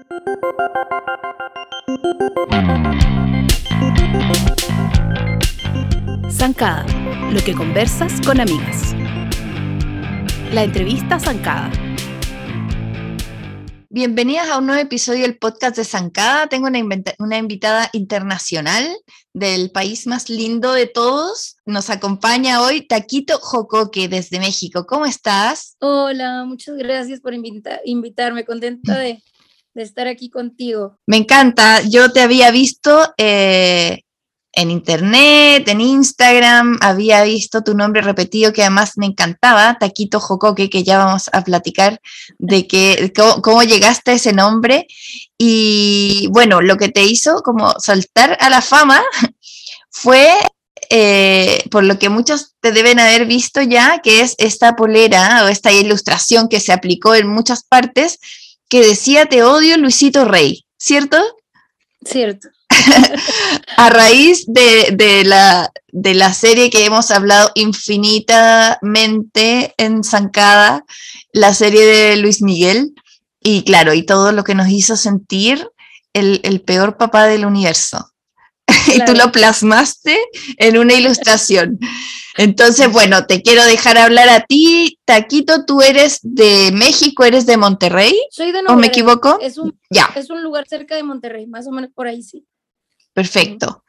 Zancada, lo que conversas con amigas. La entrevista Zancada. Bienvenidas a un nuevo episodio del podcast de Zancada. Tengo una invitada internacional del país más lindo de todos. Nos acompaña hoy Taquito Jocoque desde México. ¿Cómo estás? Hola, muchas gracias por invitarme. Contenta de estar aquí contigo. Me encanta. Yo te había visto en internet, en Instagram, había visto tu nombre repetido que además me encantaba, Taquito Jocoque, que ya vamos a platicar de cómo llegaste a ese nombre. Y bueno, lo que te hizo como saltar a la fama fue, por lo que muchos te deben haber visto ya, que es esta polera o esta ilustración que se aplicó en muchas partes, que decía "Te odio, Luisito Rey", ¿cierto? Cierto. A raíz de la serie que hemos hablado infinitamente en Zancada, la serie de Luis Miguel, y claro, y todo lo que nos hizo sentir el peor papá del universo. Claro. Y tú lo plasmaste en una ilustración. Entonces, bueno, te quiero dejar hablar a ti. Taquito, ¿tú eres de México, eres de Monterrey? Soy de Nuevo ¿O me equivoco? Es un lugar cerca de Monterrey, más o menos por ahí, sí. Perfecto.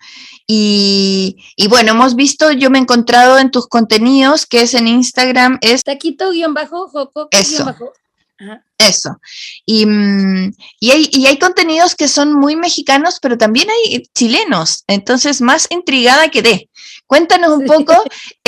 Y bueno, hemos visto, yo me he encontrado en tus contenidos, que es en Instagram, es Taquito-Jocoque. Eso. Y hay contenidos que son muy mexicanos, pero también hay chilenos. Entonces, más intrigada quedé. Cuéntanos un poco,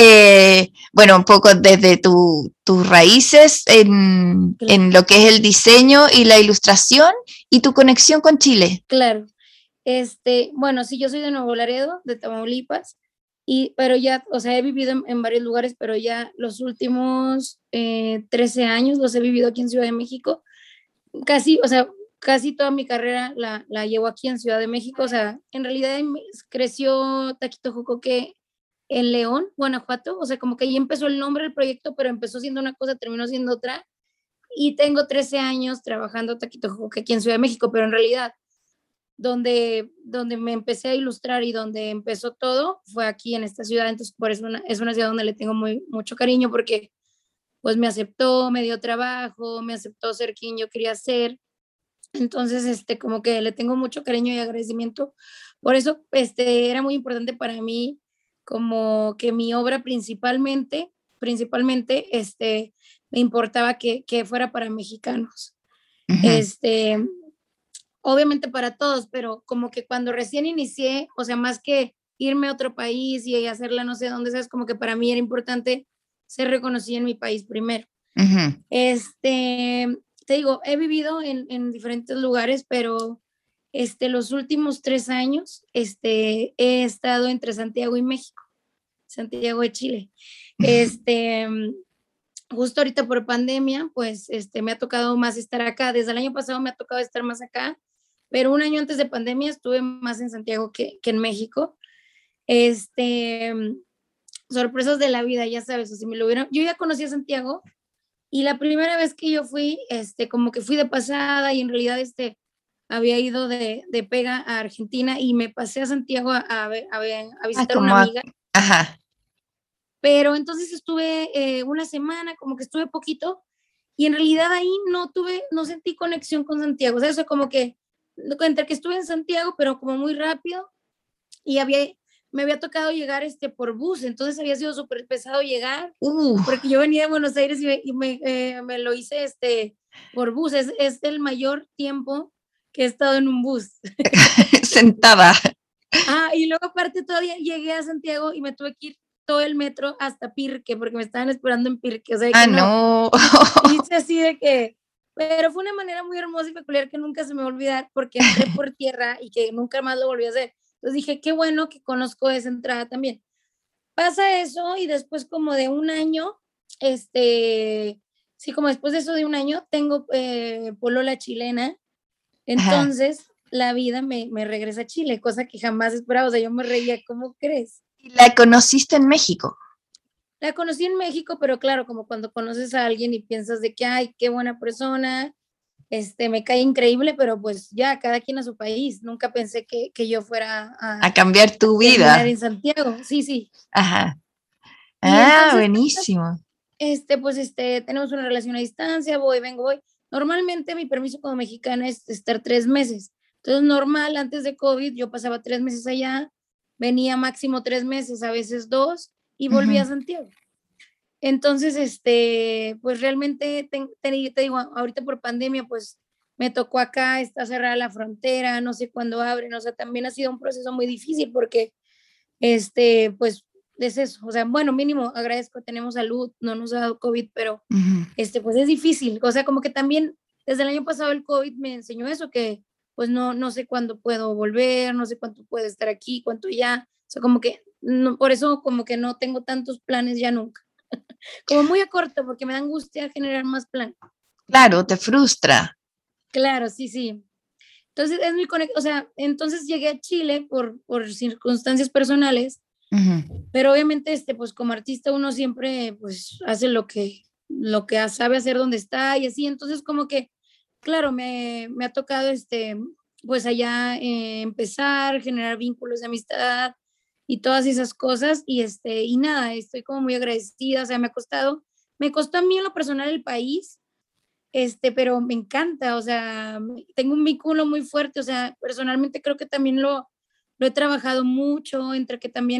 un poco desde tus raíces en lo que es el diseño y la ilustración y tu conexión con Chile. Claro. Bueno, sí, yo soy de Nuevo Laredo, de Tamaulipas, pero ya, o sea, he vivido en varios lugares, pero ya los últimos 13 años los he vivido aquí en Ciudad de México. Casi toda mi carrera la llevo aquí en Ciudad de México. O sea, en realidad creció Taquito Jocoque en León, Guanajuato. O sea, como que ahí empezó el nombre del proyecto, pero empezó siendo una cosa, terminó siendo otra. Y tengo 13 años trabajando Taquito Jocoque aquí en Ciudad de México, pero en realidad donde me empecé a ilustrar y donde empezó todo fue aquí en esta ciudad. Entonces por eso es una ciudad donde le tengo mucho cariño, porque pues me aceptó, me dio trabajo, me aceptó ser quien yo quería ser. Entonces como que le tengo mucho cariño y agradecimiento. Por eso era muy importante para mí como que mi obra principalmente me importaba que fuera para mexicanos. Uh-huh. Obviamente para todos, pero como que cuando recién inicié, o sea, más que irme a otro país y hacerla no sé dónde, sabes, como que para mí era importante ser reconocida en mi país primero. Uh-huh. Te digo, he vivido en diferentes lugares, pero los últimos 3 años he estado entre Santiago y México, Santiago de Chile. Justo ahorita por pandemia, pues me ha tocado más estar acá. Desde el año pasado me ha tocado estar más acá, pero un año antes de pandemia estuve más en Santiago que en México. Sorpresas de la vida, ya sabes, o si me lo hubieran, yo ya conocí a Santiago y la primera vez que yo fui, como que fui de pasada y en realidad había ido de pega a Argentina y me pasé a Santiago a visitar a una amiga. Ajá. Pero entonces estuve una semana, como que estuve poquito y en realidad ahí no sentí conexión con Santiago, o sea, eso como que entre que estuve en Santiago, pero como muy rápido, y me había tocado llegar por bus, entonces había sido súper pesado llegar, porque yo venía de Buenos Aires y me lo hice por bus. Es el mayor tiempo que he estado en un bus. Sentada. Y luego aparte todavía llegué a Santiago y me tuve que ir todo el metro hasta Pirque, porque me estaban esperando en Pirque, o sea, que no. Hice así de que, pero fue una manera muy hermosa y peculiar que nunca se me va a olvidar, porque entré por tierra y que nunca más lo volví a hacer. Entonces dije, qué bueno que conozco esa entrada también. Pasa eso y después como de un año, sí, como después de eso de un año, tengo polola chilena. Entonces la vida me regresa a Chile, cosa que jamás esperaba. O sea, yo me reía, ¿cómo crees? ¿Y la conociste en México? La conocí en México, pero claro, como cuando conoces a alguien y piensas de que, ay, qué buena persona, me cae increíble, pero pues ya, cada quien a su país. Nunca pensé que yo fuera A cambiar tu terminar vida. en Santiago. Sí, sí. Ajá. Y Ah, entonces, buenísimo. tenemos una relación a distancia, voy, vengo, voy. Normalmente mi permiso como mexicana es estar 3 meses. Entonces, normal, antes de COVID, yo pasaba 3 meses allá, venía máximo 3 meses, a veces 2, y volvía a Ujú. Santiago. Entonces, pues realmente te digo, ahorita por pandemia, pues me tocó acá, está cerrada la frontera, no sé cuándo abren, o sea, también ha sido un proceso muy difícil porque, pues es eso, o sea, bueno, mínimo agradezco, tenemos salud, no nos ha dado COVID, pero, Ujú. pues es difícil, o sea, como que también desde el año pasado el COVID me enseñó eso, que pues no sé cuándo puedo volver, no sé cuánto puedo estar aquí, cuánto ya, o sea, como que, no, por eso como que no tengo tantos planes ya nunca. Como muy a corto, porque me da angustia generar más plan. Claro, te frustra. Claro, sí, sí. Entonces es muy conectado, o sea, entonces llegué a Chile por circunstancias personales, Ujú. pero obviamente, pues como artista uno siempre, pues hace lo que sabe hacer donde está y así, entonces como que, claro, me ha tocado, pues allá empezar, generar vínculos de amistad y todas esas cosas y nada, estoy como muy agradecida, o sea, me costó a mí en lo personal el país, pero me encanta, o sea, tengo un vínculo muy fuerte, o sea, personalmente creo que también lo he trabajado mucho, entre que también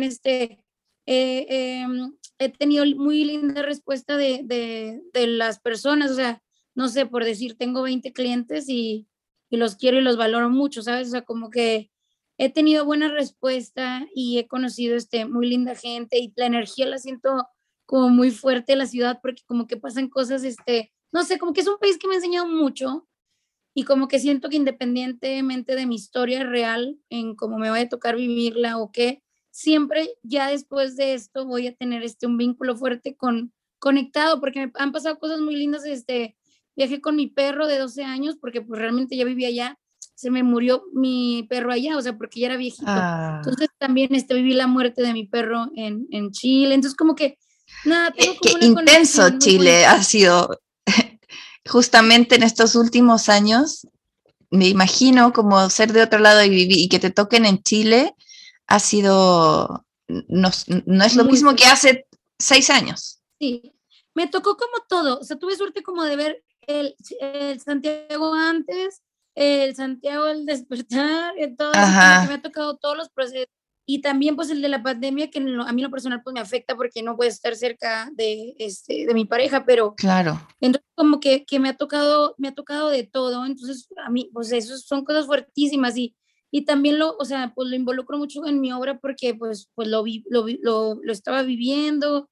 he tenido muy linda respuesta de las personas, o sea, no sé, por decir, tengo 20 clientes y los quiero y los valoro mucho, ¿sabes? O sea, como que he tenido buena respuesta y he conocido muy linda gente y la energía la siento como muy fuerte en la ciudad porque como que pasan cosas, no sé, como que es un país que me ha enseñado mucho y como que siento que independientemente de mi historia real, en cómo me vaya a tocar vivirla o qué, siempre ya después de esto voy a tener un vínculo fuerte conectado, porque me han pasado cosas muy lindas, viajé con mi perro de 12 años, porque pues realmente ya vivía allá, se me murió mi perro allá, o sea, porque ya era viejito. Ah, Entonces también viví la muerte de mi perro en Chile, entonces como que, nada, tengo qué, como qué una intenso conexión muy Chile bonita. ha sido justamente en estos últimos años. Me imagino como ser de otro lado y vivir y que te toquen en Chile ha sido, no, no es lo Muy mismo que fuerte. hace 6 años. Sí, me tocó como todo, o sea, tuve suerte como de ver el Santiago antes, el Santiago al despertar, todo así como que me Ajá, ha tocado todos los procesos. Y también pues el de la pandemia, que a mí en lo personal pues me afecta porque no puedo estar cerca de mi pareja, pero claro. entonces como que me ha tocado de todo, entonces a mí pues eso son cosas fuertísimas y también o sea, pues lo involucro mucho en mi obra porque pues lo estaba viviendo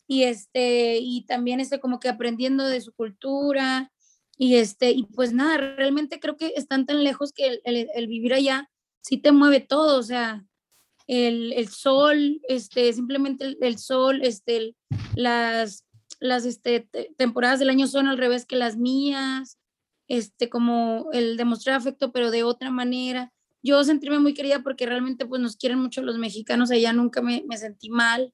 y también como que aprendiendo de su cultura y pues nada, realmente creo que están tan lejos que el vivir allá sí te mueve todo, o sea, el sol, simplemente el sol, las, las temporadas del año son al revés que las mías, como el demostrar afecto, pero de otra manera. Yo sentirme muy querida porque realmente pues nos quieren mucho los mexicanos, allá nunca me sentí mal.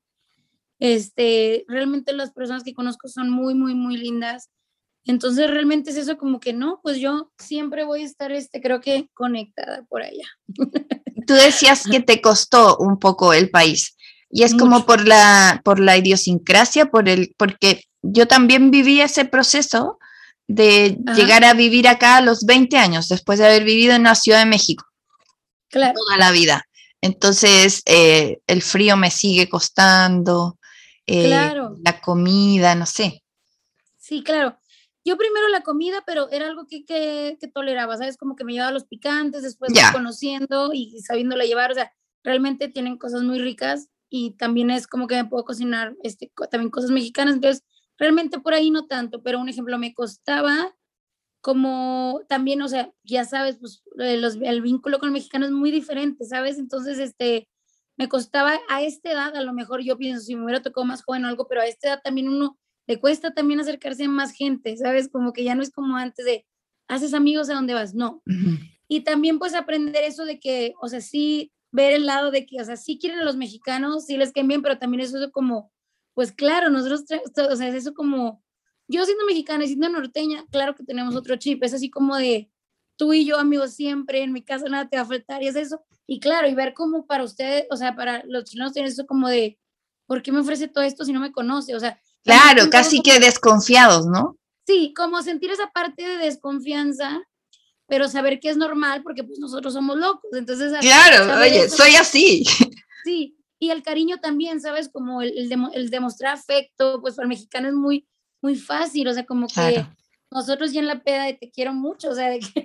Realmente las personas que conozco son muy, muy, muy lindas. Entonces realmente es eso como que no, pues yo siempre voy a estar, creo que conectada por allá. Tú decías que te costó un poco el país y es como Mucho. por la idiosincrasia, porque yo también viví ese proceso de Ajá, llegar a vivir acá a los 20 años, después de haber vivido en la Ciudad de México claro, toda la vida. Entonces, el frío me sigue costando, claro. la comida, no sé. Sí, claro. Yo primero la comida, pero era algo que toleraba, ¿sabes? Como que me llevaba los picantes, después fui Ya. conociendo y sabiéndola llevar, o sea, realmente tienen cosas muy ricas y también es como que me puedo cocinar también cosas mexicanas, entonces realmente por ahí no tanto, pero un ejemplo me costaba como también, o sea, ya sabes, pues el vínculo con el mexicano es muy diferente, ¿sabes? Entonces, me costaba a esta edad, a lo mejor yo pienso, si me hubiera tocado más joven o algo, pero a esta edad también uno le cuesta también acercarse a más gente, ¿sabes? Como que ya no es como antes de, haces amigos a donde vas, no. Ujú. Y también pues aprender eso de que, o sea, sí ver el lado de que, o sea, sí quieren a los mexicanos, sí les caen bien, pero también eso es como, pues claro, nosotros, o sea, es eso como yo siendo mexicana y siendo norteña, claro que tenemos otro chip, es así como de tú y yo, amigos, siempre, en mi casa nada te va a faltar, y es eso. Y claro, y ver cómo para ustedes, o sea, para los chilenos tienen eso como de, ¿por qué me ofrece todo esto si no me conoce? O sea, Claro, casi que desconfiados, ¿no? sí, como sentir esa parte de desconfianza, pero saber que es normal porque pues nosotros somos locos. Entonces, claro, oye, eso, soy así. Sí, y el cariño también, ¿sabes? Como el demostrar afecto, pues para el mexicano es muy, muy fácil, o sea, como Claro. que nosotros ya en la peda de te quiero mucho, o sea, de que...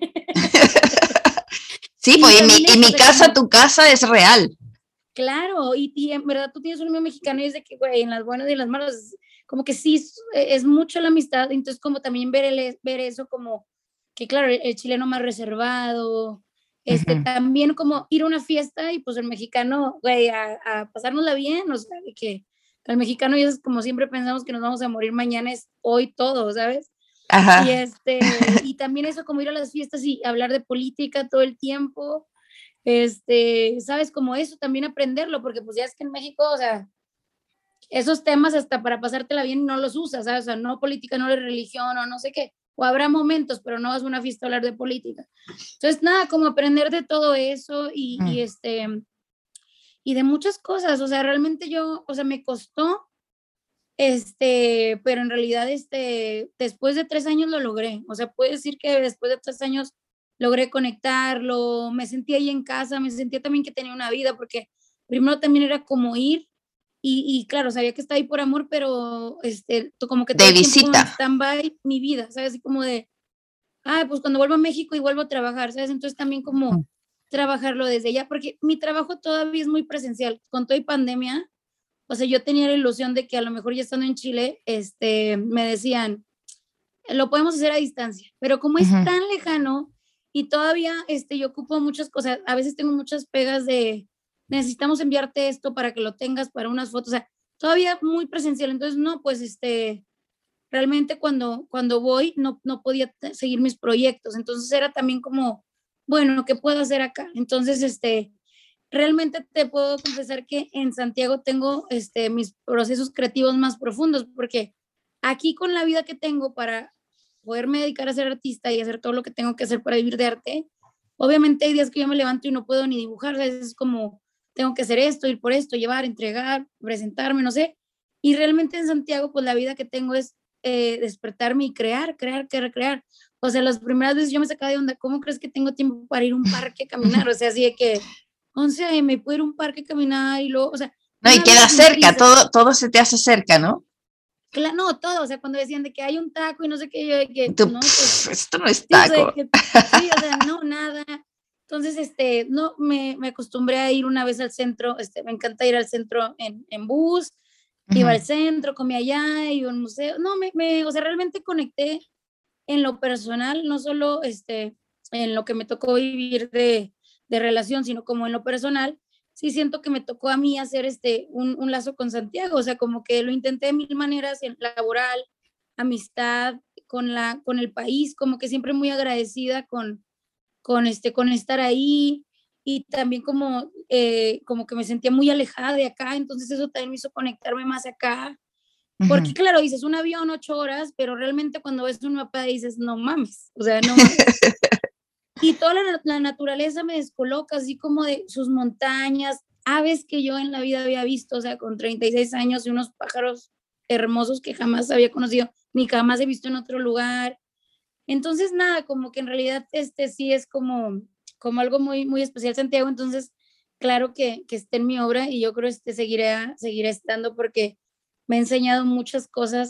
Sí, pues en mi casa, tu casa es real. Claro, y en verdad tú tienes un amigo mexicano y es de que, güey, en las buenas y en las malas, como que sí, es mucho la amistad, entonces como también ver eso como que, claro, el chileno más reservado, también como ir a una fiesta y pues el mexicano, güey, a pasárnosla bien, o sea, de que el mexicano ya es como siempre pensamos que nos vamos a morir mañana, es hoy todo, ¿sabes? Ajá. Y también eso como ir a las fiestas y hablar de política todo el tiempo, sabes, como eso también aprenderlo, porque pues ya es que en México, o sea, esos temas hasta para pasártela bien no los usas, ¿sabes? O sea, no política, no de religión o no sé qué, o habrá momentos, pero no vas a una fiesta a hablar de política. Entonces, nada, como aprender de todo eso y de muchas cosas, o sea, realmente yo, o sea, me costó, pero en realidad, después de 3 años lo logré, o sea, puedo decir que después de 3 años logré conectarlo, me sentí ahí en casa, me sentía también que tenía una vida, porque primero también era como ir, y claro, sabía que estaba ahí por amor, pero como que todo de el tiempo visita. en stand-by mi vida, ¿sabes? Así como de, pues cuando vuelvo a México y vuelvo a trabajar, ¿sabes? Entonces también como trabajarlo desde allá, porque mi trabajo todavía es muy presencial, con todo y pandemia, o sea, yo tenía la ilusión de que a lo mejor ya estando en Chile, me decían, lo podemos hacer a distancia, pero como es tan lejano y todavía yo ocupo muchas cosas, a veces tengo muchas pegas de necesitamos enviarte esto para que lo tengas para unas fotos, o sea, todavía muy presencial, entonces no, pues realmente cuando voy no podía seguir mis proyectos, entonces era también como, bueno, ¿qué puedo hacer acá? Entonces, realmente te puedo confesar que en Santiago tengo mis procesos creativos más profundos, porque aquí con la vida que tengo para poderme dedicar a ser artista y hacer todo lo que tengo que hacer para vivir de arte, obviamente hay días que yo me levanto y no puedo ni dibujar, ¿sabes? Es como, tengo que hacer esto, ir por esto, llevar, entregar, presentarme, no sé. Y realmente en Santiago, pues la vida que tengo es despertarme y crear. O sea, las primeras veces yo me sacaba de onda, ¿cómo crees que tengo tiempo para ir a un parque a caminar? O sea, así de que 11 a.m. puedo ir a un parque a caminar y luego, o sea, no, y queda cerca, todo se te hace cerca, ¿no? No, todo, o sea, cuando decían de que hay un taco y no sé qué, yo de que, Tú, no, pues, esto no es sí, o sea, taco. sí, o sea, no, nada. Entonces, no, me acostumbré a ir una vez al centro, me encanta ir al centro en bus, iba al centro, comía allá, iba a un museo, no, o sea, realmente conecté en lo personal, no solo, en lo que me tocó vivir de relación, sino como en lo personal, sí siento que me tocó a mí hacer un lazo con Santiago, o sea, como que lo intenté de mil maneras, en laboral, amistad, con el país, como que siempre muy agradecida con estar ahí y también como que me sentía muy alejada de acá, entonces eso también me hizo conectarme más acá, porque claro, dices un avión 8 horas, pero realmente cuando ves un mapa dices, no mames, o sea, no mames. Y toda la naturaleza me descoloca, así como de sus montañas, aves que yo en la vida había visto, o sea, con 36 años y unos pájaros hermosos que jamás había conocido, ni jamás he visto en otro lugar. Entonces, nada, como que en realidad sí es como algo muy, muy especial Santiago, entonces, claro que esté en mi obra y yo creo seguiré estando porque me ha enseñado muchas cosas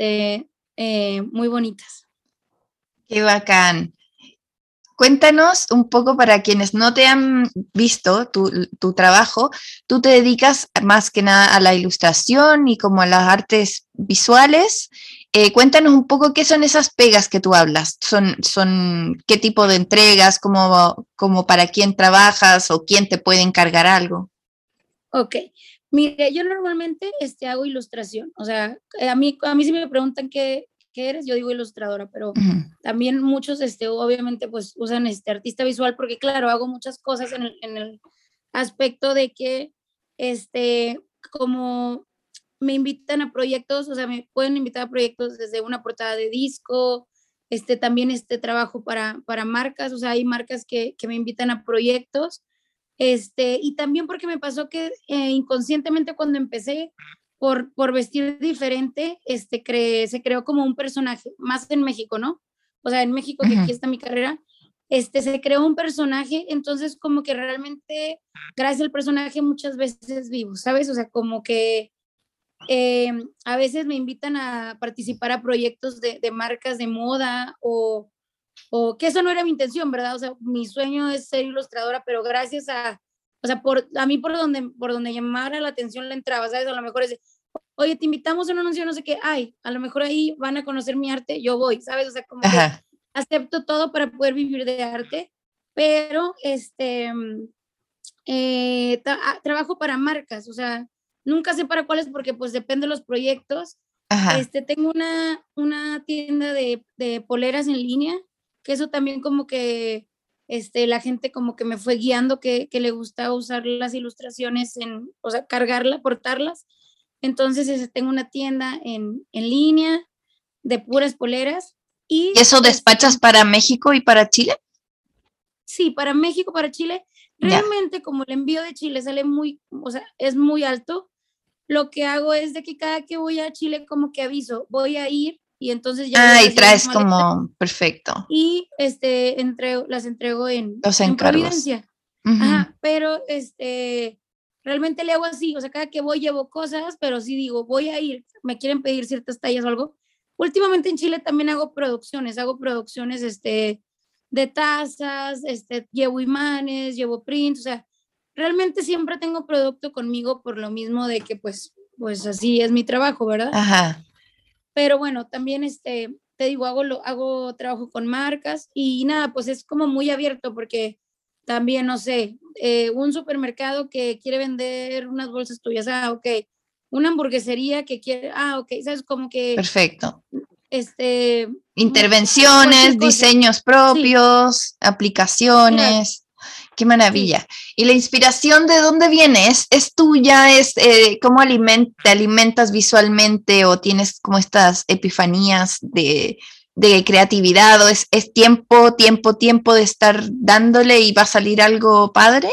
muy bonitas. Qué bacán. Cuéntanos un poco para quienes no te han visto tu trabajo, tú te dedicas más que nada a la ilustración y como a las artes visuales. Cuéntanos un poco qué son esas pegas que tú hablas, son qué tipo de entregas, como para quién trabajas o quién te puede encargar algo. Ok, mire, yo normalmente hago ilustración, o sea, a mí si me preguntan qué eres, yo digo ilustradora, pero también muchos, obviamente, pues usan artista visual, porque claro, hago muchas cosas en el aspecto de que, como me invitan a proyectos, o sea, me pueden invitar a proyectos desde una portada de disco, también trabajo para marcas, o sea, hay marcas que me invitan a proyectos, y también porque me pasó que inconscientemente cuando empecé por vestir diferente, se creó como un personaje, más en México, ¿no? O sea, en México, que aquí está mi carrera, se creó un personaje, entonces como que realmente, gracias al personaje, muchas veces vivo, ¿sabes? O sea, como que a veces me invitan a participar a proyectos de marcas de moda o que eso no era mi intención, ¿verdad? O sea, mi sueño es ser ilustradora, pero gracias o sea, a mí por donde llamara la atención le entraba, ¿sabes? A lo mejor es, oye, te invitamos a un anuncio, no sé qué, ay, a lo mejor ahí van a conocer mi arte, yo voy, ¿sabes? O sea, como que Ajá. acepto todo para poder vivir de arte, pero trabajo para marcas, o sea, nunca sé para cuáles porque pues depende de los proyectos. Ajá. Tengo una tienda de poleras en línea, que eso también como que la gente como que me fue guiando que le gusta usar las ilustraciones o sea, cargarla, portarlas. Entonces tengo una tienda en línea de puras poleras ¿Y y eso despachas para México y para Chile? sí, para México, para Chile, Ya. realmente como el envío de Chile sale o sea, es muy alto, lo que hago es de que cada que voy a Chile como que aviso, voy a ir y entonces ya Ah, llevo y así las traes maletas como, perfecto, y las entrego los en encargos. Providencia. Ujú. Ajá, pero realmente le hago así, o sea, cada que voy llevo cosas, pero sí digo, voy a ir, me quieren pedir ciertas tallas o algo. Últimamente en Chile también hago producciones de tazas, llevo imanes, llevo prints, o sea, realmente siempre tengo producto conmigo por lo mismo de que pues así es mi trabajo, ¿verdad? Ajá. Pero bueno, también te digo, hago trabajo con marcas y nada, pues es como muy abierto porque también, no sé, un supermercado que quiere vender unas bolsas tuyas, ok, una hamburguesería que quiere, ok, sabes, como que, Perfecto. este, cualquier Intervenciones, cosa, diseños sí, propios, claro, aplicaciones. Qué sí. maravilla. ¿Y la inspiración de dónde viene? ¿Es tuya? ¿Cómo te alimentas visualmente o tienes como estas epifanías de creatividad o es tiempo de estar dándole y va a salir algo padre?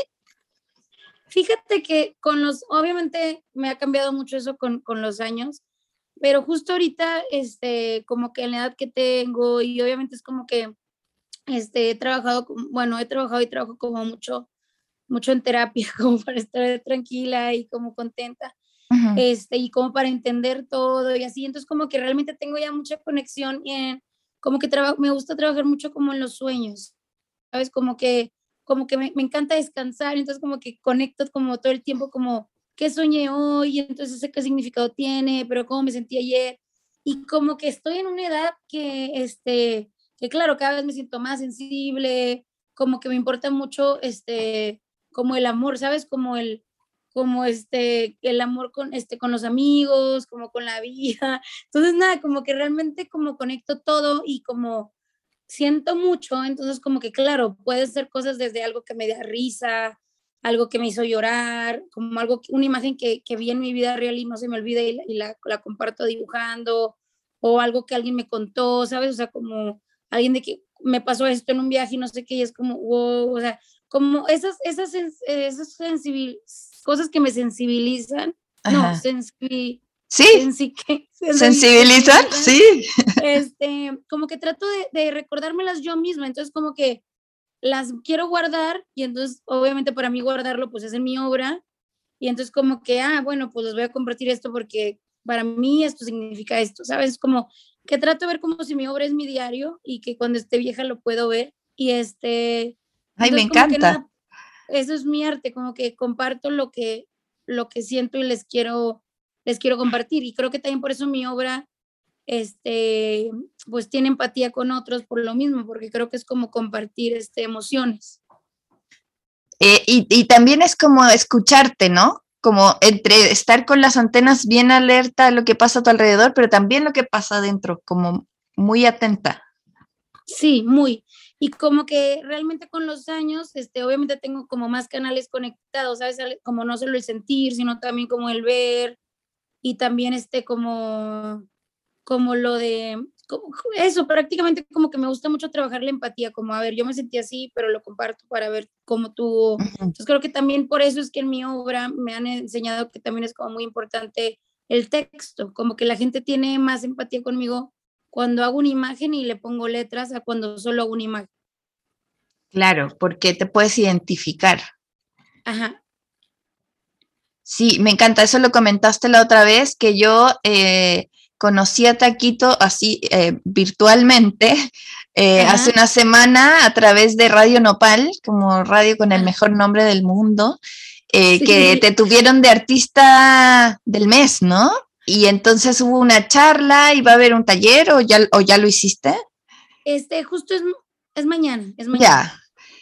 Fíjate que obviamente me ha cambiado mucho eso con los años, pero justo ahorita, como que en la edad que tengo y obviamente es como que he trabajado, bueno, he trabajado y trabajo como mucho en terapia, como para estar tranquila y como contenta, Ujú. y como para entender todo y así. Entonces, como que realmente tengo ya mucha conexión como que me gusta trabajar mucho como en los sueños, ¿sabes? Como que me encanta descansar, entonces como que conecto como todo el tiempo, como qué soñé hoy, entonces sé qué significado tiene, pero cómo me sentí ayer. Y como que estoy en una edad que claro, cada vez me siento más sensible, como que me importa mucho, como el amor, ¿sabes? Como el amor con los amigos, como con la vida. Entonces, nada, como que realmente como conecto todo y como siento mucho, entonces como que claro, puede ser cosas desde algo que me da risa, algo que me hizo llorar, como una imagen que vi en mi vida real y no se me olvida y la comparto dibujando, o algo que alguien me contó, ¿sabes? O sea, como alguien de que me pasó esto en un viaje y no sé qué, y es como, wow, o sea, como cosas que me sensibilizan, no, Ajá. Sí, ¿sensibilizan? sensibilizan, Sí. como que trato de recordármelas yo misma, entonces como que las quiero guardar y entonces obviamente para mí guardarlo pues es en mi obra y entonces como que, bueno, pues les voy a compartir esto porque para mí esto significa esto, ¿sabes? Como que trato de ver como si mi obra es mi diario y que cuando esté vieja lo puedo ver y Ay, me entonces como que encanta. nada, eso es mi arte, como que comparto lo que siento y les quiero compartir y creo que también por eso mi obra pues tiene empatía con otros por lo mismo, porque creo que es como compartir emociones. Y también es como escucharte, ¿no? Como entre estar con las antenas bien alerta a lo que pasa a tu alrededor, pero también lo que pasa adentro, como muy atenta. Sí, muy. Y como que realmente con los años, obviamente tengo como más canales conectados, ¿sabes? Como no solo el sentir, sino también como el ver. y también como lo de, eso prácticamente como que me gusta mucho trabajar la empatía, como a ver, yo me sentí así, pero lo comparto para ver cómo tú, entonces creo que también por eso es que en mi obra me han enseñado que también es como muy importante el texto, como que la gente tiene más empatía conmigo cuando hago una imagen y le pongo letras a cuando solo hago una imagen. Claro, porque te puedes identificar. Ajá. Sí, me encanta, eso lo comentaste la otra vez, que yo conocí a Taquito así virtualmente hace una semana a través de Radio Nopal, como radio con el mejor nombre del mundo, Sí. que te tuvieron de artista del mes, ¿no? Y entonces hubo una charla, ¿iba a haber un taller o ya lo hiciste? Justo es mañana, es mañana. Ya.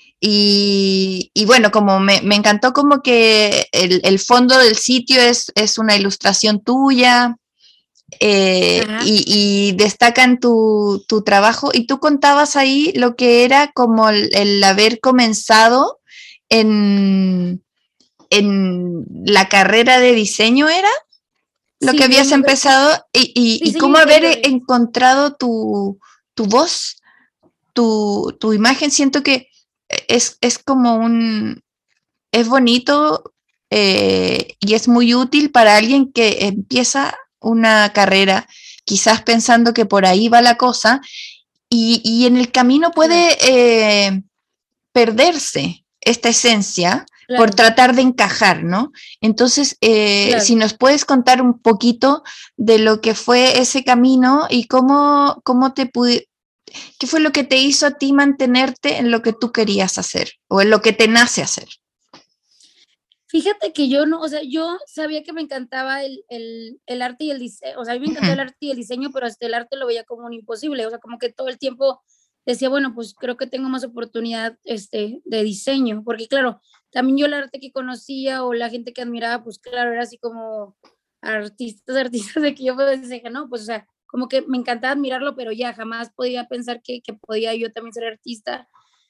Y bueno, como me encantó como que el fondo del sitio es una ilustración tuya y destacan tu trabajo. Y tú contabas ahí lo que era como el haber comenzado en la carrera de diseño, ¿era? Lo Sí, que habías empezado y cómo haber encontrado tu voz, tu imagen. Siento que es como es bonito y es muy útil para alguien que empieza una carrera, quizás pensando que por ahí va la cosa, y en el camino puede perderse esta esencia por tratar de encajar, ¿no? Entonces, si nos puedes contar un poquito de lo que fue ese camino y cómo ¿qué fue lo que te hizo a ti mantenerte en lo que tú querías hacer o en lo que te nace hacer? Fíjate que yo no, o sea, yo sabía que me encantaba el arte y el diseño, o sea, a mí me encantaba el arte y el diseño, pero hasta el arte lo veía como un imposible, o sea, como que todo el tiempo decía, bueno, pues creo que tengo más oportunidad de diseño, porque claro, también yo el arte que conocía o la gente que admiraba, pues claro, era así como artistas de que yo decía, no, pues o sea, como que me encantaba admirarlo, pero ya jamás podía pensar que podía yo también ser artista.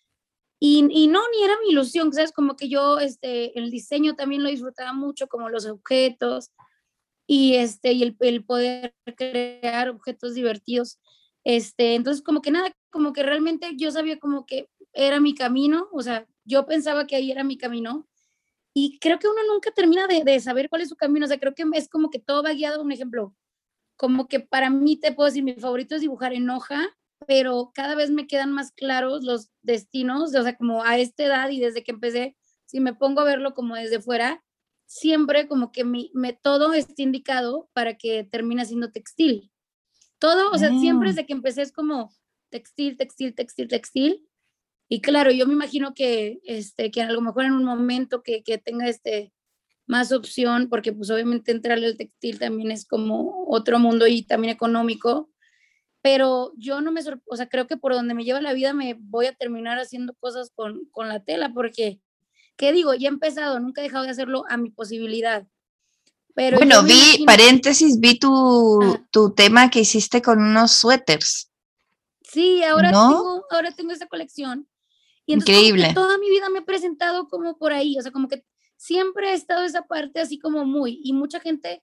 Y no, ni era mi ilusión, ¿sabes? Como que yo, el diseño también lo disfrutaba mucho, como los objetos y el poder crear objetos divertidos. Entonces, como que nada, como que realmente yo sabía como que era mi camino, o sea, yo pensaba que ahí era mi camino y creo que uno nunca termina de saber cuál es su camino, o sea, creo que es como que todo va guiado, un ejemplo, como que para mí te puedo decir, mi favorito es dibujar en hoja, pero cada vez me quedan más claros los destinos, o sea, como a esta edad y desde que empecé, si me pongo a verlo como desde fuera, siempre como que todo está indicado para que termine siendo textil. Todo, o sea, siempre desde que empecé es como textil, textil, textil, textil. Y claro, yo me imagino que a lo mejor en un momento que tenga más opción, porque pues obviamente entrarle al textil también es como otro mundo y también económico, pero yo no o sea, creo que por donde me lleva la vida me voy a terminar haciendo cosas con la tela, porque, ¿qué digo? Ya he empezado, nunca he dejado de hacerlo a mi posibilidad. Pero bueno, paréntesis, vi tu tema que hiciste con unos suéteres. Sí, ahora tengo esta colección. Y entonces increíble. Como que toda mi vida me he presentado como por ahí, o sea, como que siempre he estado esa parte así como y mucha gente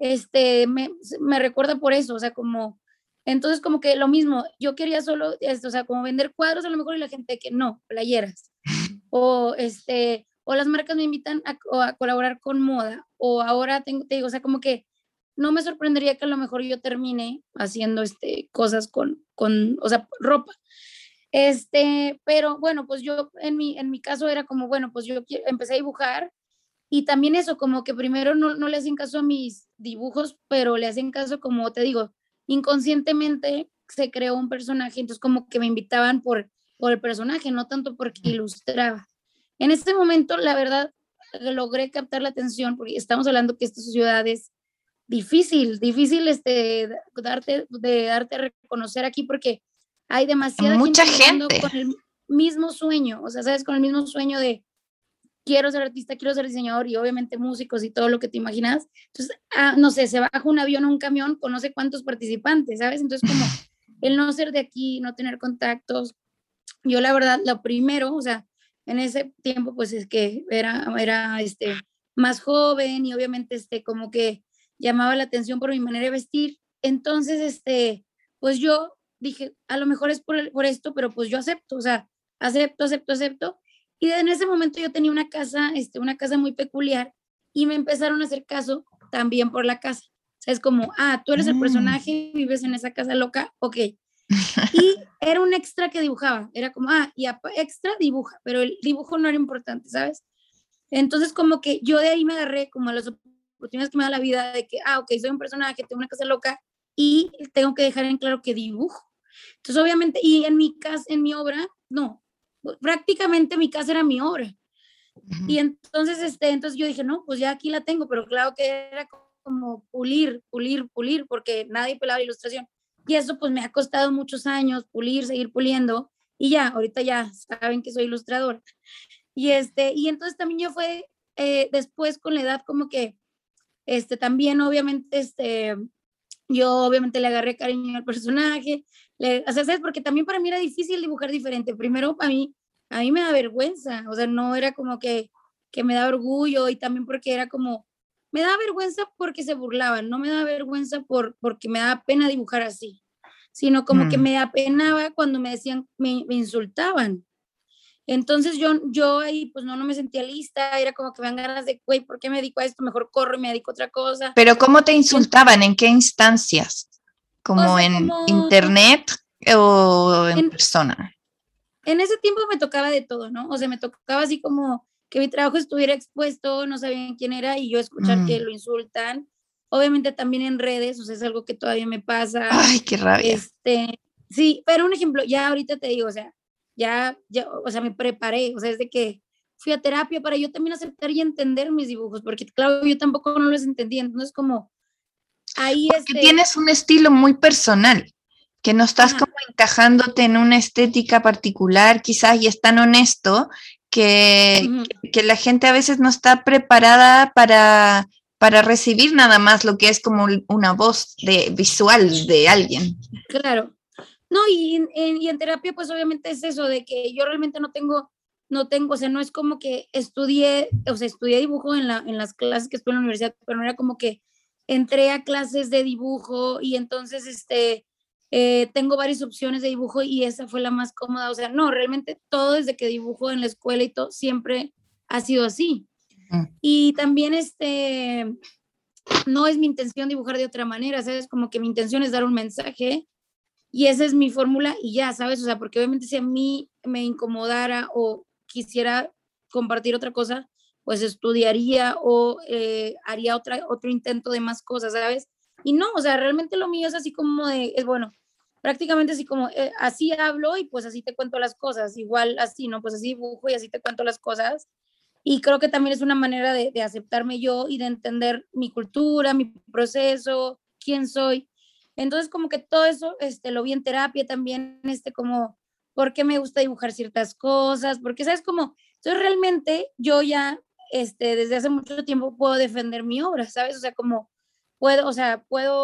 me recuerda por eso, o sea, entonces como que lo mismo, yo quería solo o sea, como vender cuadros a lo mejor y la gente que no, playeras, o o las marcas me invitan a colaborar con moda, o ahora te digo, o sea, como que no me sorprendería que a lo mejor yo termine haciendo cosas o sea, ropa. Pero bueno, pues yo en mi caso era como, bueno, pues yo empecé a dibujar y también eso, como que primero no le hacen caso a mis dibujos, pero le hacen caso, como te digo, inconscientemente se creó un personaje, entonces como que me invitaban por el personaje, no tanto porque ilustraba. En este momento, la verdad, logré captar la atención, porque estamos hablando que esta ciudad es difícil darte a reconocer aquí, porque hay demasiada mucha gente con el mismo sueño, o sea, ¿sabes? Con el mismo sueño de quiero ser artista, quiero ser diseñador y obviamente músicos y todo lo que te imaginas. Entonces, no sé, se baja un avión o un camión con no sé cuántos participantes, ¿sabes? Entonces, como el no ser de aquí, no tener contactos. Yo la verdad, lo primero, o sea, en ese tiempo, pues es que era más joven y obviamente como que llamaba la atención por mi manera de vestir. Entonces, pues yo dije, a lo mejor es por esto, pero pues yo acepto, o sea, acepto. Y en ese momento yo tenía una casa muy peculiar y me empezaron a hacer caso también por la casa. O sea, es como, tú eres el personaje, vives en esa casa loca, ok. Y era un extra que dibujaba, era como, extra dibuja, pero el dibujo no era importante, ¿sabes? Entonces como que yo de ahí me agarré como a las oportunidades que me da la vida de que, ok, soy un personaje, tengo una casa loca y tengo que dejar en claro que dibujo. Entonces obviamente, y en mi casa, en mi obra, no, prácticamente mi casa era mi obra. Y entonces, entonces yo dije, no, pues ya aquí la tengo, pero claro que era como pulir, porque nadie pelaba la ilustración. Y eso pues me ha costado muchos años, seguir puliendo, y ya, ahorita ya saben que soy ilustradora. Y entonces también yo fue, después con la edad como que, también obviamente, yo obviamente le agarré cariño al personaje, o sea, ¿sabes? Porque también para mí era difícil dibujar diferente. Primero, a mí me da vergüenza, o sea, no era como que me da orgullo, y también porque era como, me da vergüenza porque se burlaban, no me da vergüenza porque me da pena dibujar así, sino como que me apenaba cuando me decían, me insultaban. Entonces yo ahí pues no me sentía lista, era como que me dan ganas de, güey, ¿por qué me dedico a esto? Mejor corro y me dedico a otra cosa. Pero ¿cómo te insultaban? ¿En qué instancias? ¿Como o sea, en como internet o en persona? En ese tiempo me tocaba de todo, ¿no? O sea, me tocaba así como que mi trabajo estuviera expuesto, no sabían quién era, y yo escuchar que lo insultan. Obviamente también en redes, o sea, es algo que todavía me pasa. Ay, qué rabia. Sí, pero un ejemplo, ya ahorita te digo, o sea, ya, o sea, me preparé, o sea, es de que fui a terapia para yo también aceptar y entender mis dibujos, porque claro, yo tampoco no los entendía, entonces como ahí Porque tienes un estilo muy personal, que no estás como encajándote en una estética particular quizás, y es tan honesto que la gente a veces no está preparada para recibir nada más lo que es como una voz visual de alguien. Claro. No, y en terapia pues obviamente es eso, de que yo realmente no tengo, o sea, no es como que estudié dibujo en las clases que estuve en la universidad, pero no era como que entré a clases de dibujo y entonces tengo varias opciones de dibujo y esa fue la más cómoda. O sea, no, realmente todo desde que dibujo en la escuela y todo siempre ha sido así. Y también no es mi intención dibujar de otra manera, ¿sabes? Como que mi intención es dar un mensaje y esa es mi fórmula y ya, ¿sabes? O sea, porque obviamente si a mí me incomodara o quisiera compartir otra cosa, pues estudiaría o haría otro intento de más cosas, ¿sabes? Y no, o sea, realmente lo mío es así como bueno, prácticamente así como, así hablo y pues así te cuento las cosas, igual así, ¿no? Pues así dibujo y así te cuento las cosas. Y creo que también es una manera de aceptarme yo y de entender mi cultura, mi proceso, quién soy. Entonces, como que todo eso lo vi en terapia también, como por qué me gusta dibujar ciertas cosas, porque, ¿sabes? Como, entonces realmente yo ya, desde hace mucho tiempo puedo defender mi obra, ¿sabes? O sea, como puedo, o sea,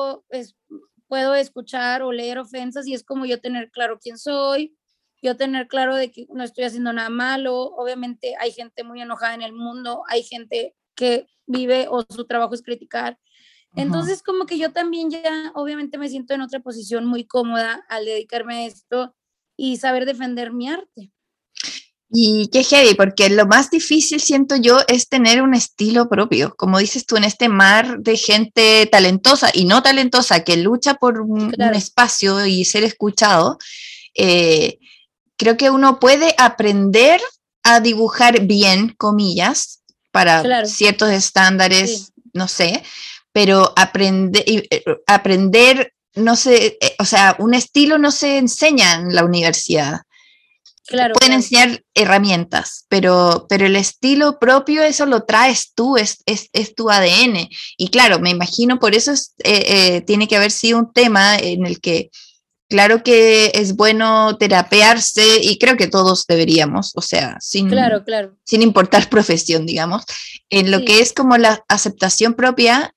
puedo escuchar o leer ofensas y es como yo tener claro quién soy, yo tener claro de que no estoy haciendo nada malo. Obviamente hay gente muy enojada en el mundo, hay gente que vive o su trabajo es criticar. Entonces, como que yo también ya, obviamente me siento en otra posición muy cómoda al dedicarme a esto y saber defender mi arte. Y qué heavy, porque lo más difícil, siento yo, es tener un estilo propio. Como dices tú, en este mar de gente talentosa y no talentosa que lucha por un espacio y ser escuchado, creo que uno puede aprender a dibujar bien, comillas, para ciertos estándares, no sé, pero aprender, no sé, o sea, un estilo no se enseña en la universidad. Pueden enseñar herramientas, pero el estilo propio, eso lo traes tú, es tu ADN. Y claro, me imagino, por eso tiene que haber sido un tema en el que, claro que es bueno terapearse, y creo que todos deberíamos, o sea, sin importar profesión, digamos, en lo que es como la aceptación propia,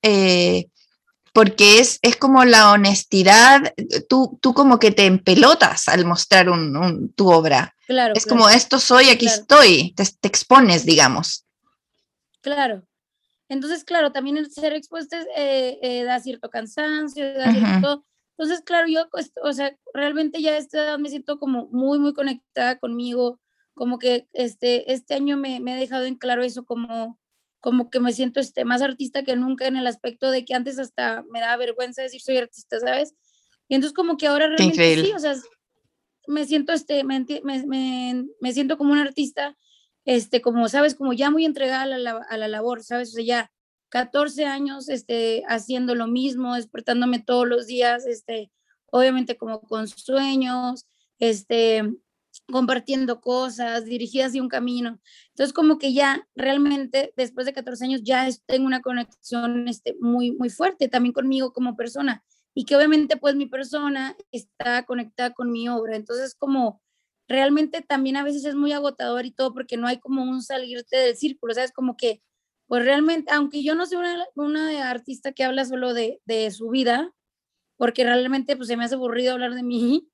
porque es como la honestidad. Tú como que te empelotas al mostrar tu obra. Como esto soy, aquí estoy, te expones, digamos. Claro. Entonces, claro, también el ser expuesta da cierto cansancio, da Ujú. cierto... Entonces, claro, yo, pues, o sea, realmente ya a esta edad me siento como muy, muy conectada conmigo, como que este año me he dejado en claro eso, como que me siento más artista que nunca en el aspecto de que antes hasta me daba vergüenza decir soy artista, ¿sabes? Y entonces como que ahora Qué realmente sí, increíble. o sea, me siento, me siento como un artista, como, ¿sabes? Como ya muy entregada a la labor, ¿sabes? O sea, ya 14 años, haciendo lo mismo, despertándome todos los días, obviamente como con sueños, este, compartiendo cosas, dirigida hacia un camino. Entonces, como que ya realmente después de 14 años ya tengo una conexión, muy, muy fuerte también conmigo como persona y que obviamente pues mi persona está conectada con mi obra. Entonces como realmente también a veces es muy agotador y todo porque no hay como un salirte del círculo, ¿sabes? Como que pues realmente, aunque yo no soy una artista que habla solo de su vida, porque realmente pues se me hace aburrido hablar de mí,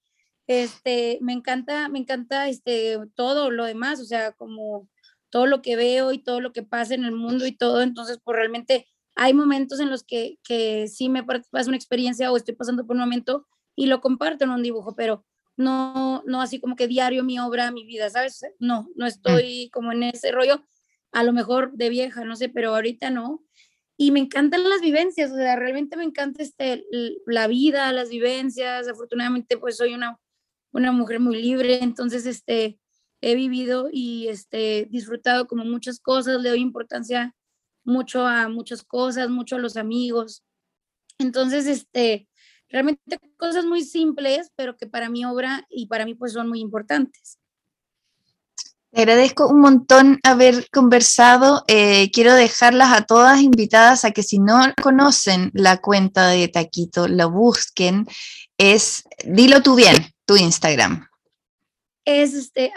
me encanta todo lo demás, o sea, como todo lo que veo y todo lo que pasa en el mundo y todo, entonces pues realmente hay momentos en los que sí me pasa una experiencia o estoy pasando por un momento y lo comparto en un dibujo, pero no así como que diario mi obra, mi vida, ¿sabes? No Mm. estoy como en ese rollo, a lo mejor de vieja, no sé, pero ahorita no. Y me encantan las vivencias, o sea, realmente me encanta la vida, las vivencias. Afortunadamente, pues soy una mujer muy libre, entonces he vivido y disfrutado como muchas cosas, le doy importancia mucho a muchas cosas, mucho a los amigos. Entonces, realmente cosas muy simples, pero que para mi obra y para mí pues son muy importantes. Te agradezco un montón haber conversado. Quiero dejarlas a todas invitadas a que si no conocen la cuenta de Taquito, la busquen. Dilo tú bien, tu Instagram. Es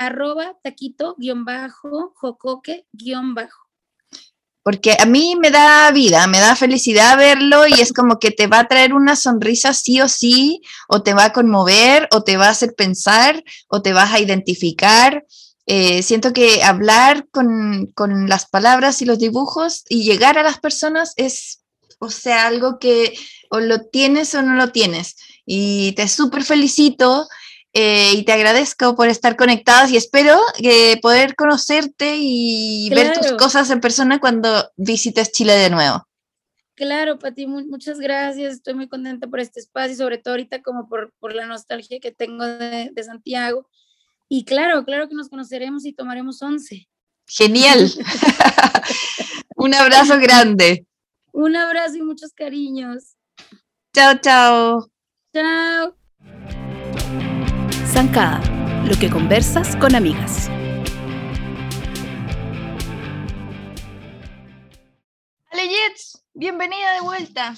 @taquito_jocoque_. Porque a mí me da vida, me da felicidad verlo y es como que te va a traer una sonrisa sí o sí, o te va a conmover, o te va a hacer pensar, o te vas a identificar. Siento que hablar con las palabras y los dibujos y llegar a las personas es, o sea, algo que o lo tienes o no lo tienes. Y te súper felicito y te agradezco por estar conectadas y espero poder conocerte y ver tus Claro, cosas en persona cuando visites Chile de nuevo. claro, Pati, muchas gracias. Estoy muy contenta por este espacio y sobre todo ahorita como por la nostalgia que tengo de Santiago. Y claro, claro que nos conoceremos y tomaremos 11. Genial. Un abrazo grande. Un abrazo y muchos cariños. Chao, chao. Chao. Zancada, lo que conversas con amigas. Ale Jets, bienvenida de vuelta.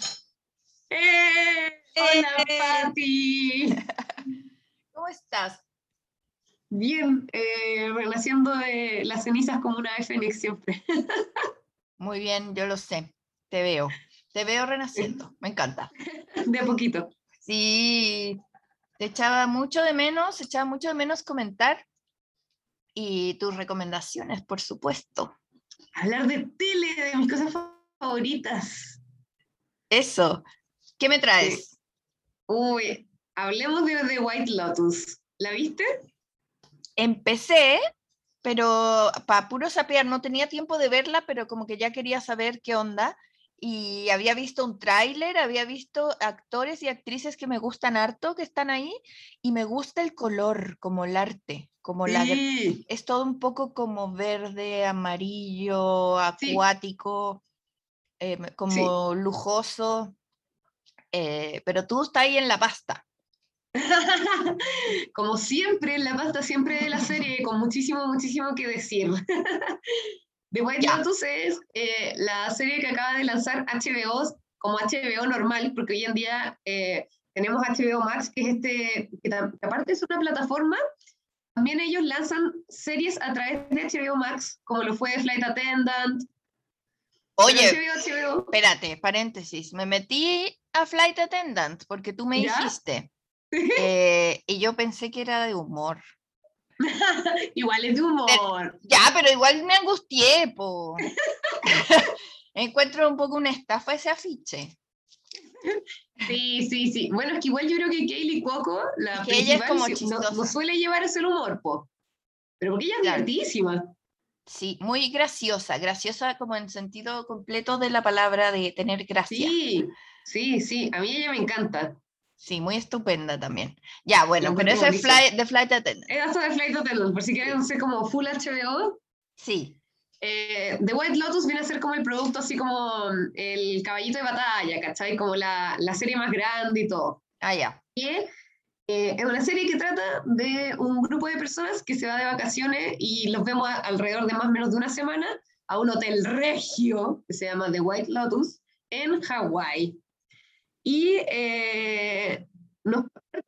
Hola, Pati. ¿Cómo estás? Bien, renaciendo de las cenizas como una ave fénix siempre. Muy bien, yo lo sé. Te veo renaciendo. Me encanta. De a poquito. Sí, echaba mucho de menos comentar y tus recomendaciones, por supuesto. Hablar de tele, de mis cosas favoritas. Eso. ¿Qué me traes? Sí. Uy, hablemos de The White Lotus. ¿La viste? Empecé, pero para puro sapear, no tenía tiempo de verla, pero como que ya quería saber qué onda. Y había visto un tráiler, había visto actores y actrices que me gustan harto, que están ahí, y me gusta el color, como el arte, como Sí. es todo un poco como verde, amarillo, acuático, como sí. lujoso, pero tú estás ahí en la pasta. Como siempre, la pasta siempre de la serie, con muchísimo, muchísimo que decir. The White Lotus es la serie que acaba de lanzar HBO como HBO normal, porque hoy en día tenemos HBO Max, que es que aparte es una plataforma, también ellos lanzan series a través de HBO Max, como lo fue Flight Attendant. Oye, HBO. Espérate, paréntesis, me metí a Flight Attendant porque tú me dijiste, y yo pensé que era de humor. Igual es de humor. Ya, pero igual me angustié, po. Encuentro un poco una estafa ese afiche. Sí. Bueno, es que igual yo creo que Kaylee Cuoco, la que ella es principal, como no chistosa. suele llevar ese humor, po. Pero porque ella es Claro. divertidísima. Sí, muy graciosa como en sentido completo de la palabra de tener gracia. Sí, a mí ella me encanta. Sí, muy estupenda también. Ya, Lo bueno, pero encuentro eso es buenísimo. The Flight Attendant. Eso de Flight Attendant, por si quieren ser como full HBO. Sí. The White Lotus viene a ser como el producto, así como el caballito de batalla, ¿cachai? Como la serie más grande y todo. Ah, ya. Y es una serie que trata de un grupo de personas que se va de vacaciones y los vemos alrededor de más o menos de una semana a un hotel regio que se llama The White Lotus en Hawái. Y nos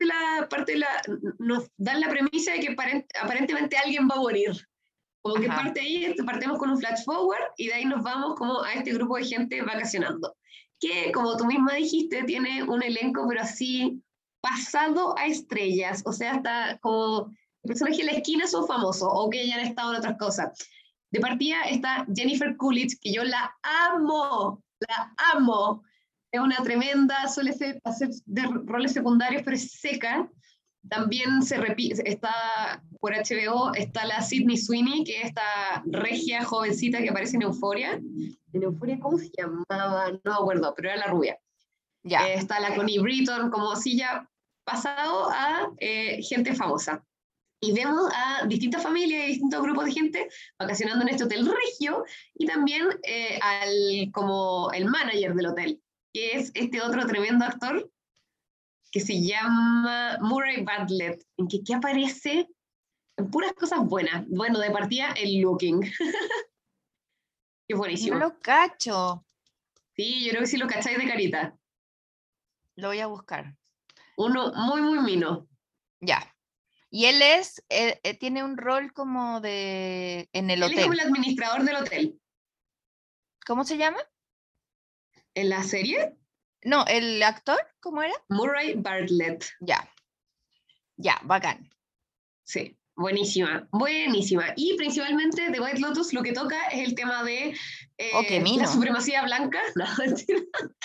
dan la premisa de que aparentemente alguien va a morir. Como que Ajá. parte ahí, partemos con un flash forward y de ahí nos vamos como a este grupo de gente vacacionando. Que, como tú misma dijiste, tiene un elenco, pero así pasado a estrellas. O sea, hasta como el personaje en la esquina son famosos o que ya han estado en otras cosas. De partida está Jennifer Coolidge, que yo la amo. Es una tremenda, suele hacer de roles secundarios, pero es seca. También se repite, está por HBO, está la Sydney Sweeney, que es esta regia jovencita que aparece en Euphoria. ¿En Euphoria cómo se llamaba? No me acuerdo, pero era la rubia. Ya. Está la Connie Britton, como si ya pasado a gente famosa. Y vemos a distintas familias y distintos grupos de gente vacacionando en este hotel regio y también como el manager del hotel, que es este otro tremendo actor que se llama Murray Bartlett, en que aparece en puras cosas buenas. Bueno, de partida, el Looking. Que es buenísimo. No lo cacho. Sí, yo creo que sí lo cacháis de carita. Lo voy a buscar. Uno muy, muy mino. Ya. Y él tiene un rol como en el Él es como el hotel. administrador del hotel. ¿Cómo se llama? ¿En la serie? No, ¿el actor? ¿Cómo era? Murray Bartlett. Ya, bacán. Sí, buenísima. Y principalmente The White Lotus lo que toca es el tema de qué mino. la supremacía blanca. No, mentira.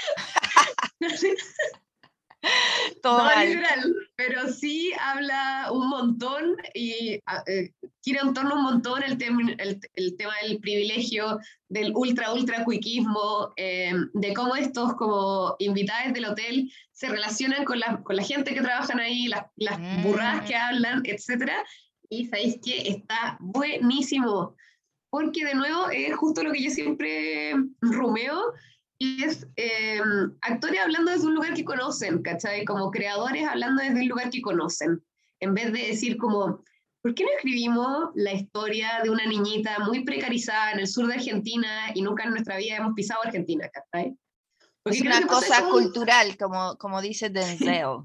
Todo mal. Literal, pero sí habla un montón y gira en torno un montón el tema del privilegio, del ultra cuiquismo, de cómo estos como invitados del hotel se relacionan con la gente que trabajan ahí, las burradas que hablan, etc. Y sabéis que está buenísimo, porque de nuevo es justo lo que yo siempre rumeo, y es actores hablando desde un lugar que conocen, ¿cachai? Como creadores hablando desde un lugar que conocen, en vez de decir como, ¿por qué no escribimos la historia de una niñita muy precarizada en el sur de Argentina y nunca en nuestra vida hemos pisado Argentina, ¿cachai? Porque es una cosa cultural, como dice Denzel.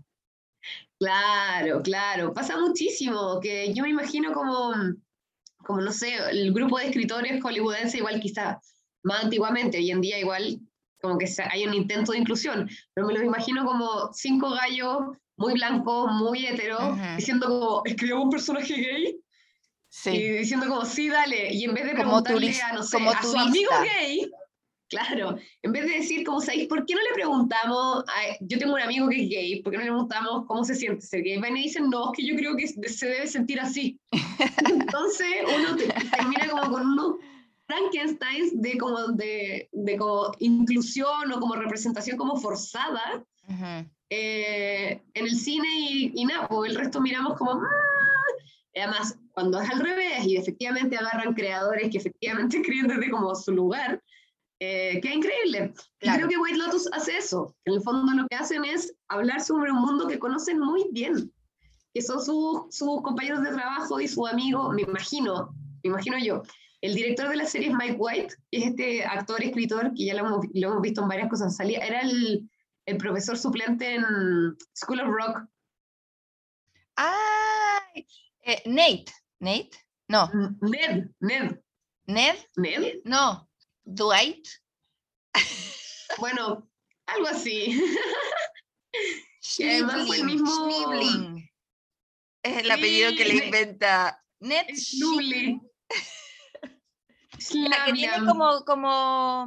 Claro, pasa muchísimo, que yo me imagino como no sé, el grupo de escritores hollywoodenses igual quizás más antiguamente, hoy en día igual como que hay un intento de inclusión, pero me los imagino como 5 gallos muy blancos, muy heteros, diciendo como, escribamos un personaje gay, sí. Y diciendo como, sí, dale, y en vez de como preguntarle a, no sé, a su amigo gay, claro, en vez de decir como, ¿sabéis por qué no le preguntamos, yo tengo un amigo que es gay, ¿por qué no le preguntamos cómo se siente ser gay? Van y dicen, no, es que yo creo que se debe sentir así. Entonces uno termina como con unos Frankensteins de como inclusión o como representación como forzada en el cine y nada, pues el resto miramos como además cuando es al revés y efectivamente agarran creadores que efectivamente escriben desde como su lugar, queda increíble. Claro. Y creo que White Lotus hace eso. En el fondo lo que hacen es hablar sobre un mundo que conocen muy bien, que son sus compañeros de trabajo y sus amigos, me imagino yo. El director de la serie es Mike White, que es este actor, escritor, que ya lo hemos visto en varias cosas. Era el profesor suplente en School of Rock. Ah, Nate. No. Ned. No. Dwight. Bueno, algo así. Que además fue el mismo... Schneebling. Es el apellido que le inventa Ned Schneebling. La que tiene como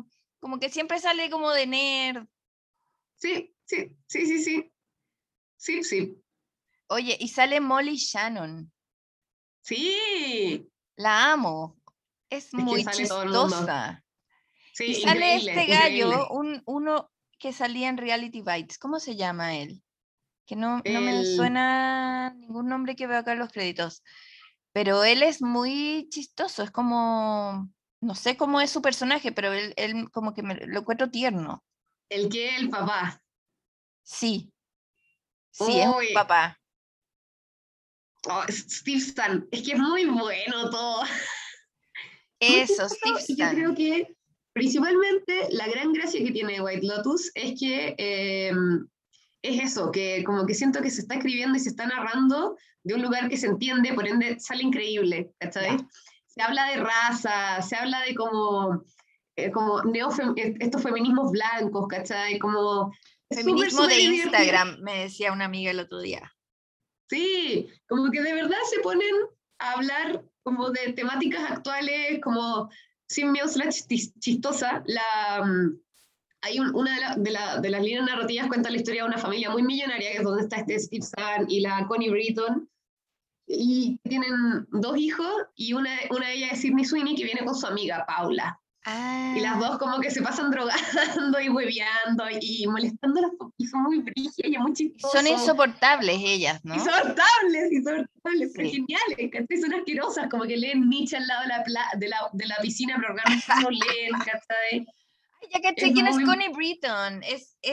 Como que siempre sale como de nerd. Sí, sí, sí, sí, sí. Sí, sí. Oye, y sale Molly Shannon. Sí. La amo. Es Es que muy sale todo el mundo. chistosa. Sí, Y sale increíble, este increíble. gallo, uno que salía en Reality Bites. ¿Cómo se llama él? Que no me El, suena ningún nombre que veo acá en los créditos. Pero él es muy chistoso. Es como, no sé cómo es su personaje, pero él como que lo encuentro tierno. el papá. Sí, sí, es un Uy, papá. oh, Steve Stan. Es que es muy bueno todo. Muy Eso, chistoso, Steve y yo creo Stan. que principalmente la gran gracia que tiene White Lotus es que es eso, que como que siento que se está escribiendo y se está narrando de un lugar que se entiende, por ende sale increíble, ¿cachai? Ya. Se habla de raza, se habla de como estos feminismos blancos, ¿cachai? Como es súper, Feminismo de súper divertido. Instagram, me decía una amiga el otro día. Sí, como que de verdad se ponen a hablar como de temáticas actuales, como sin miedo a ser chistosa. Hay una de las líneas narrativas cuenta la historia de una familia muy millonaria, que es donde está este Steve Zahn y la Connie Britton, y tienen dos hijos, y una de ellas es Sydney Sweeney, que viene con su amiga Paula. Y las Ah, dos como que se pasan drogando y hueveando y molestando a las y son muy brígidas y es muy son chistoso. insoportables ellas, ¿no? Insoportables, pero Sí. geniales, ¿cachai? Son asquerosas, como que leen Nietzsche al lado de la piscina, pero realmente no leen, ¿cachai? Ay, ya caché Es quién es muy... Connie Britton.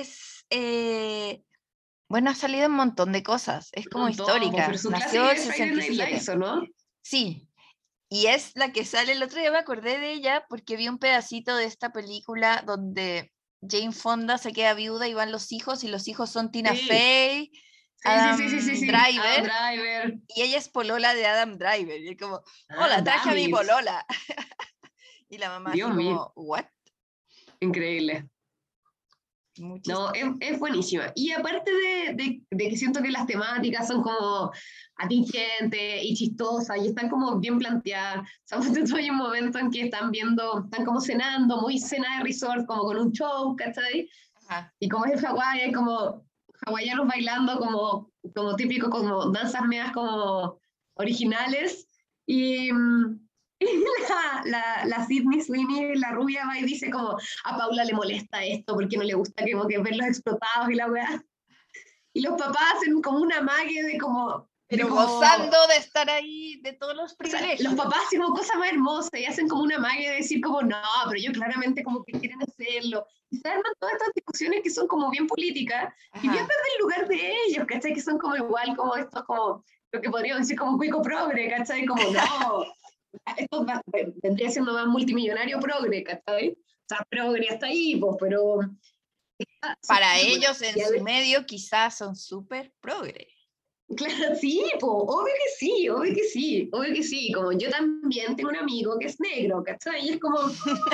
Bueno, ha salido un montón de cosas. Es Un como montón, pues, pero histórica. su Nació clásica el es Friday Night Lights, 67. ¿o no? Sí. Y es la que sale, el otro día me acordé de ella porque vi un pedacito de esta película donde Jane Fonda se queda viuda y van los hijos y los hijos son Tina Sí, Fey, sí, sí, sí, sí, sí, Adam sí. Adam Driver Driver. y ella es polola de Adam Driver. Y es como, Ah, hola, traje a damn mi it. polola. Y la mamá Dios así mío, como, ¿what? increíble. Muy No, chistoso. es buenísima. Y aparte de que siento que las temáticas son como atingentes y chistosas y están como bien planteadas. O sea, hay un momento en que están como cenando, muy cena de resort, como con un show, ¿cachai? Ajá. Y como es en Hawái, hay como hawaianos bailando como típico, como danzas medias como originales. Y, y la Sydney Sweeney, la rubia, va y dice como, a Paula le molesta esto porque no le gusta como que verlos explotados y la weá. Y los papás hacen como una mague de Pero como, gozando de estar ahí, de todos los o sea, los privilegios. papás hacen cosa más hermosa y hacen como una magia de decir como, no, pero ellos claramente como que quieren hacerlo. Y se arman todas estas discusiones que son como bien políticas y bien Ajá. desde el lugar de ellos, ¿cachai? Que son como igual, como estos, como lo que podríamos decir como cuico progre, ¿cachai? Como, no, esto vendría siendo más multimillonario progre, ¿cachai? O sea, progre hasta ahí, pues, pero son Para muy buenas. ellos en su medio quizás son súper progre. Claro, sí, po, obvio que sí, obvio que sí, obvio que sí. Como yo también tengo un amigo que es negro, ¿cachai? Y es como,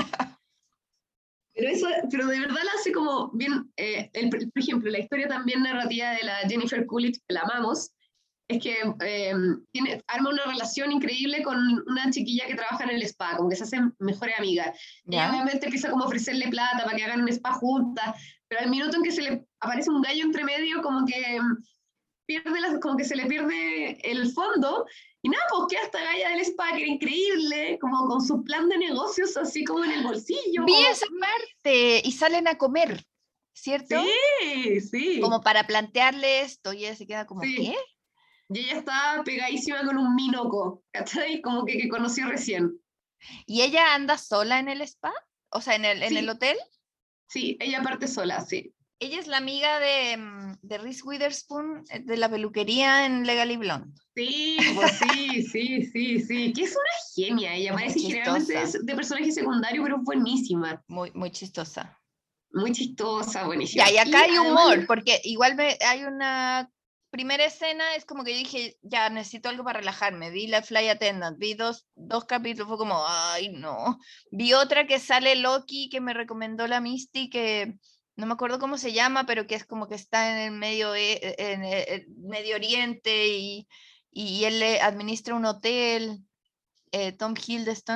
pero de verdad la hace como bien, por ejemplo, la historia también narrativa de la Jennifer Coolidge, que la amamos, es que arma una relación increíble con una chiquilla que trabaja en el spa, como que se hacen mejores amigas. Y ella ¿Ya? obviamente empieza como a ofrecerle plata para que hagan un spa juntas, pero al minuto en que se le aparece un gallo entre medio, como que como que se le pierde el fondo, y nada, pues queda esta galla del spa que era increíble, como con su plan de negocios así como en el bolsillo, Vi como, esa parte y salen a comer, ¿cierto? sí, sí, Como para plantearle esto y ella se queda como, ¿qué? sí. Y ella está pegadísima con un minoco, ¿cachai? Como que conoció recién. ¿Y ella anda sola en el spa? O sea, en el Sí, hotel. sí, ella parte sola, sí. Ella es la amiga de Reese Witherspoon, de la peluquería en Legally Blonde. Sí, pues sí, sí, sí, sí. Que es una genia, ella Muy parece generalmente chistosa, de personaje secundario, pero es buenísima. muy chistosa. Muy chistosa, Ya, y buenísima. acá Y hay además, humor, porque igual hay una primera escena, es como que yo dije, ya necesito algo para relajarme. Vi la Fly Attendant, vi dos capítulos, fue como, ay, no. Vi otra que sale Loki, que me recomendó la Misty, que no me acuerdo cómo se llama, pero que es como que está en el en el Medio Oriente y él le administra un hotel, Tom Hiddleston.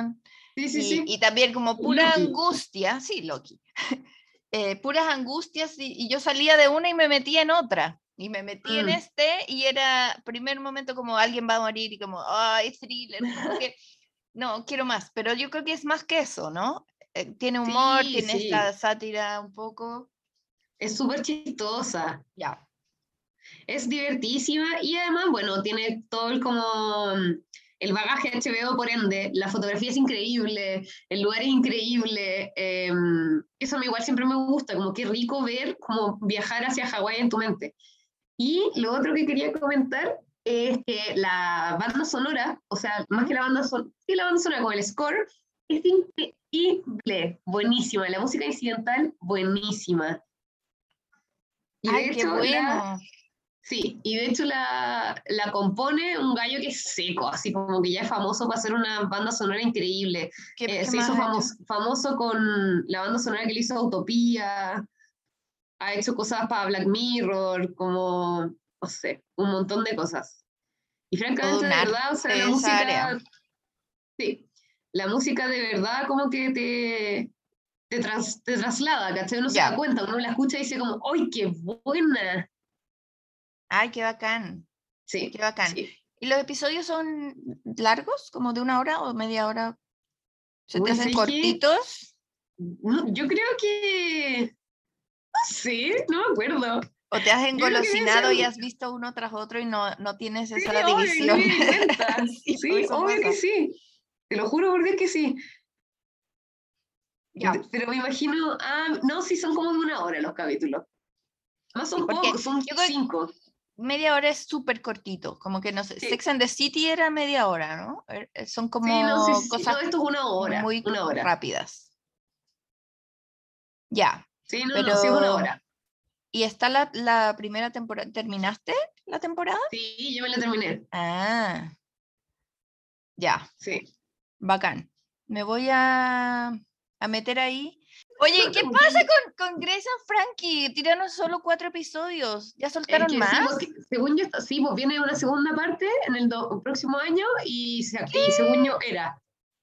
Sí. Y también como pura Loki. angustia, sí, Loki, puras angustias y yo salía de una y me metía en otra. Y me metí en y era primer momento como alguien va a morir y como, ay, thriller, como que, no, quiero más. Pero yo creo que es más que eso, ¿no? Tiene humor, Sí, tiene sí. esta sátira un poco. Es súper chistosa. Ya. Es divertísima y además, bueno, tiene todo el como el bagaje HBO, por ende, la fotografía es increíble, el lugar es increíble, eso a mí igual siempre me gusta, como que rico ver como viajar hacia Hawái en tu mente. Y lo otro que quería comentar es que la banda sonora, o sea, más que la banda sonora, sí, la banda sonora con el score, es increíble, buenísima, la música incidental, buenísima. Y Ay, de qué hecho, bueno. sí, y de hecho la compone un gallo que es seco, así como que ya es famoso para hacer una banda sonora increíble. ¿Qué Se más hizo ha hecho? famoso con la banda sonora que le hizo Utopía, ha hecho cosas para Black Mirror, como, no sé, un montón de cosas. Y Todo francamente, un de arte verdad, o sea, la esa área. música, sí, la música de verdad como que te traslada, ¿cachai? Uno se Ya. da cuenta, uno la escucha y dice como, ¡ay, qué buena! Ay, qué bacán. Sí, Qué bacán. sí. ¿Y los episodios son largos, como de 1 hora o media hora? ¿Se te Uy, hacen ¿sabes qué? cortitos? No, yo creo que... No sé, no me acuerdo. ¿O te has Yo creo que debe engolosinado ser... y has visto uno tras otro y no tienes Sí, esa obvio, y no división? me di cuenta. Sí, Sí, eso obvio que pasa. sí. Te lo juro por Dios que sí. Ya. Pero me imagino... Ah, no, sí, son como de 1 hora los capítulos. No Sí, son porque pocos, son yo creo que 5. media hora es súper cortito, como que no sé, Sí. Sex and the City era media hora, ¿no? Son Sí, no, sí, como sí. No, cosas esto es 1 hora. muy 1 hora. rápidas. Ya, Sí, no, pero... sí es 1 hora. ¿Y está la primera temporada? ¿Terminaste la temporada? Sí, yo me la terminé. Ah, ya, Sí. bacán. Me voy a meter ahí. Oye, ¿qué Ok. pasa con Grace and Frankie? Tiraron solo 4 episodios. ¿Ya Es soltaron que sí, más? porque según yo, sí, pues viene una segunda parte en el próximo año y según yo era.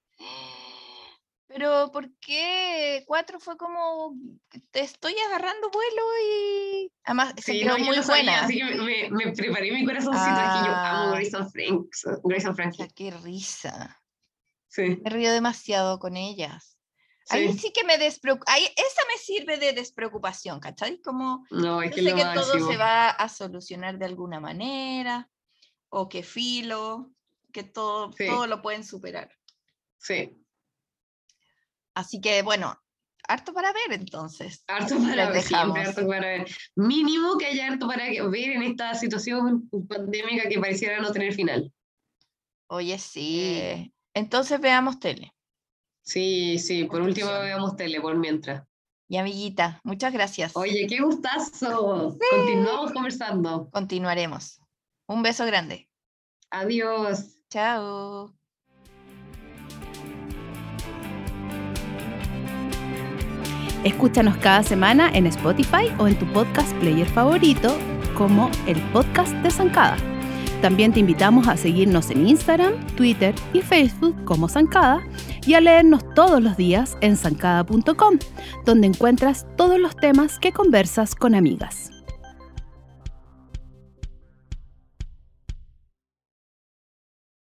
Pero ¿por qué? 4 fue como, te estoy agarrando vuelo y... Además, se Sí, quedó no, yo muy lo sabía, buena. así que me preparé mi corazoncito, es que yo amo Grace and O sea, Frankie. qué risa. Sí, Me río demasiado con ellas. Ahí sí. sí que me despreocupa. Ahí, esa me sirve de despreocupación, ¿cachai? Como No, es yo que es sé lo que todo máximo. se va a solucionar de alguna manera, o que filo, que todo Sí, lo pueden superar. sí. Así que bueno, harto para ver entonces. Harto para Les ver, siempre dejamos. harto para ver. Mínimo que haya harto para ver en esta situación pandémica que pareciera no tener final. Oye, sí. Entonces veamos tele. Sí, sí, por último Conclusión. veamos tele por mientras. Y amiguita, muchas gracias. Oye, qué gustazo. Sí. Continuamos conversando. Continuaremos. Un beso grande. Adiós. Chao. Escúchanos cada semana en Spotify o en tu podcast player favorito como el podcast de Zancada. También te invitamos a seguirnos en Instagram, Twitter y Facebook como Zancada y a leernos todos los días en zancada.com, donde encuentras todos los temas que conversas con amigas.